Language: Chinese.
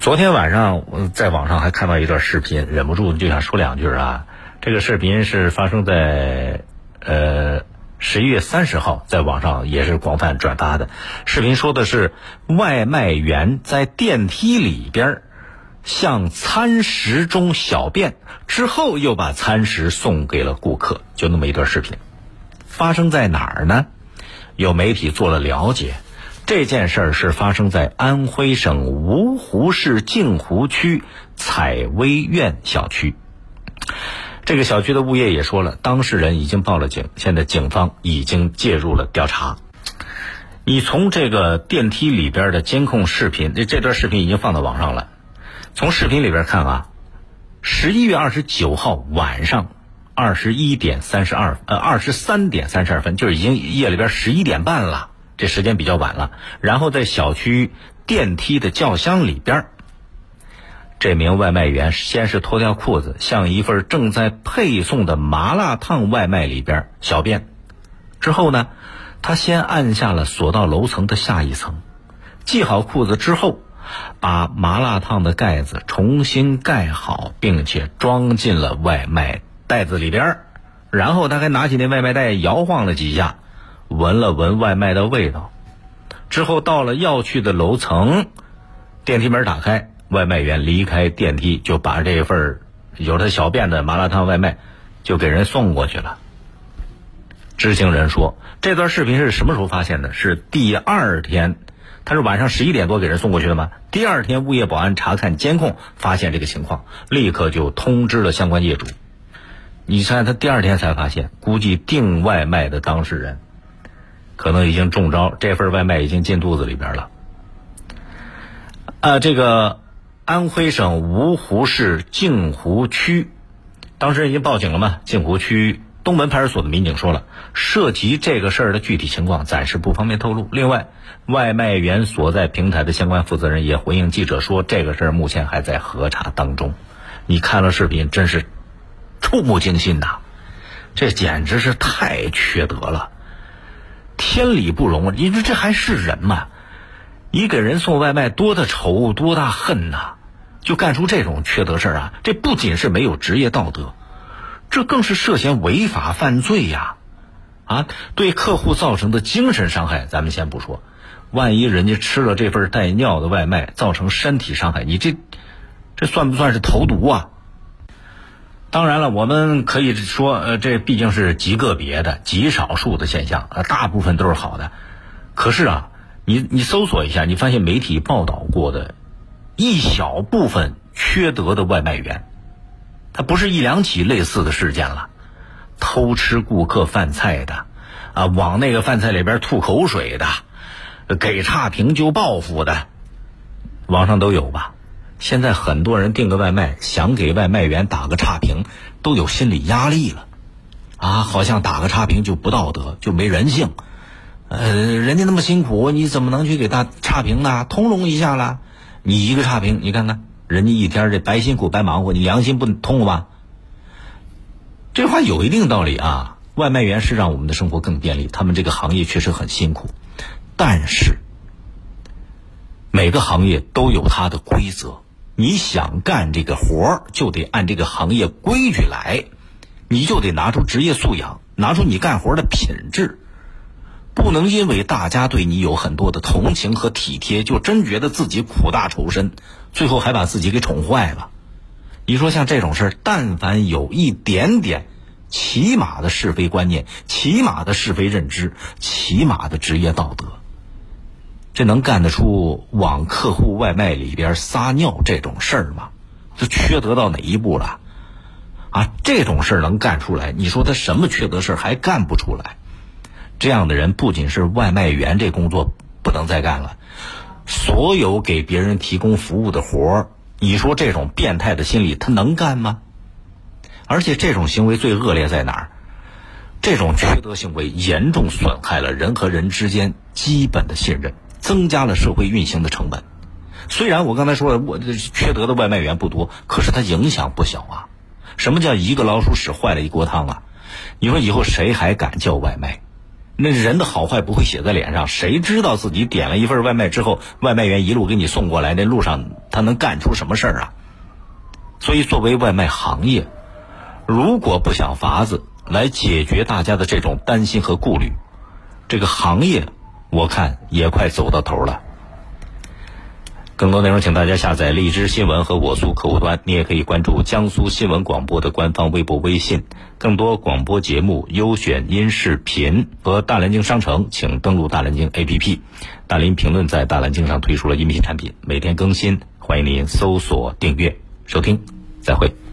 昨天晚上我在网上还看到一段视频，忍不住就想说两句啊。这个视频是发生在11月30号，在网上也是广泛转发的。视频说的是外卖员在电梯里边向餐食中小便之后，又把餐食送给了顾客，就那么一段视频。发生在哪儿呢？有媒体做了了解，这件事儿是发生在安徽省芜湖市镜湖区采薇苑小区。这个小区的物业也说了，当事人已经报了警，现在警方已经介入了调查。你从这个电梯里边的监控视频，这段视频已经放到网上了。从视频里边看啊，11月29号晚上23点32分，就是已经夜里边11点半了。这时间比较晚了，然后在小区电梯的轿厢里边，这名外卖员先是脱掉裤子，向一份正在配送的麻辣烫外卖里边小便，之后呢，他先按下了锁到楼层的下一层，系好裤子之后，把麻辣烫的盖子重新盖好，并且装进了外卖袋子里边，然后他还拿起那外卖袋摇晃了几下，闻了闻外卖的味道，之后到了要去的楼层，电梯门打开，外卖员离开电梯，就把这份有他小便的麻辣烫外卖就给人送过去了。知情人说，这段视频是什么时候发现的？是第二天，他是晚上11点多给人送过去的吗？第二天物业保安查看监控，发现这个情况，立刻就通知了相关业主。你看他第二天才发现，估计订外卖的当事人可能已经中招，这份外卖已经进肚子里边了。这个安徽省芜湖市镜湖区，当事人已经报警了嘛？镜湖区东门派出所的民警说了，涉及这个事儿的具体情况暂时不方便透露。另外，外卖员所在平台的相关负责人也回应记者说，这个事儿目前还在核查当中。你看了视频，真是触目惊心呐！这简直是太缺德了，天理不容！你说这还是人吗？你给人送外卖多大仇多大恨呐，就干出这种缺德事儿啊！这不仅是没有职业道德，这更是涉嫌违法犯罪呀！对客户造成的精神伤害咱们先不说，万一人家吃了这份带尿的外卖造成身体伤害，你这算不算是投毒啊？当然了，我们可以说这毕竟是极个别的极少数的现象，大部分都是好的。可是你搜索一下，你发现媒体报道过的一小部分缺德的外卖员，它不是一两起类似的事件了，偷吃顾客饭菜的往那个饭菜里边吐口水的，给差评就报复的，网上都有吧？现在很多人订个外卖，想给外卖员打个差评都有心理压力了好像打个差评就不道德，就没人性。人家那么辛苦，你怎么能去给他差评呢？通融一下啦，你一个差评，你看看人家一天这白辛苦白忙活，你良心不通了吧？这话有一定道理啊。外卖员是让我们的生活更便利，他们这个行业确实很辛苦，但是每个行业都有它的规则，你想干这个活就得按这个行业规矩来，你就得拿出职业素养，拿出你干活的品质，不能因为大家对你有很多的同情和体贴，就真觉得自己苦大仇深，最后还把自己给宠坏了。你说像这种事，但凡有一点点起码的是非观念，起码的是非认知，起码的职业道德，这能干得出往客户外卖里边撒尿这种事儿吗？这缺德到哪一步了这种事儿能干出来，你说他什么缺德事儿还干不出来？这样的人不仅是外卖员这工作不能再干了，所有给别人提供服务的活儿，你说这种变态的心理他能干吗？而且这种行为最恶劣在哪儿？这种缺德行为严重损害了人和人之间基本的信任，增加了社会运行的成本。虽然我刚才说了，我这缺德的外卖员不多，可是它影响不小啊。什么叫一个老鼠屎坏了一锅汤啊？你说以后谁还敢叫外卖？ 那人的好坏不会写在脸上，谁知道自己点了一份外卖之后，外卖员一路给你送过来，那路上他能干出什么事儿啊？所以作为外卖行业，如果不想法子来解决大家的这种担心和顾虑，这个行业我看也快走到头了。更多内容请大家下载荔枝新闻和我苏客户端，你也可以关注江苏新闻广播的官方微博微信。更多广播节目优选音视频和大蓝鲸商城，请登录大蓝鲸 APP。 大林评论在大蓝鲸上推出了音频产品，每天更新，欢迎您搜索订阅收听，再会。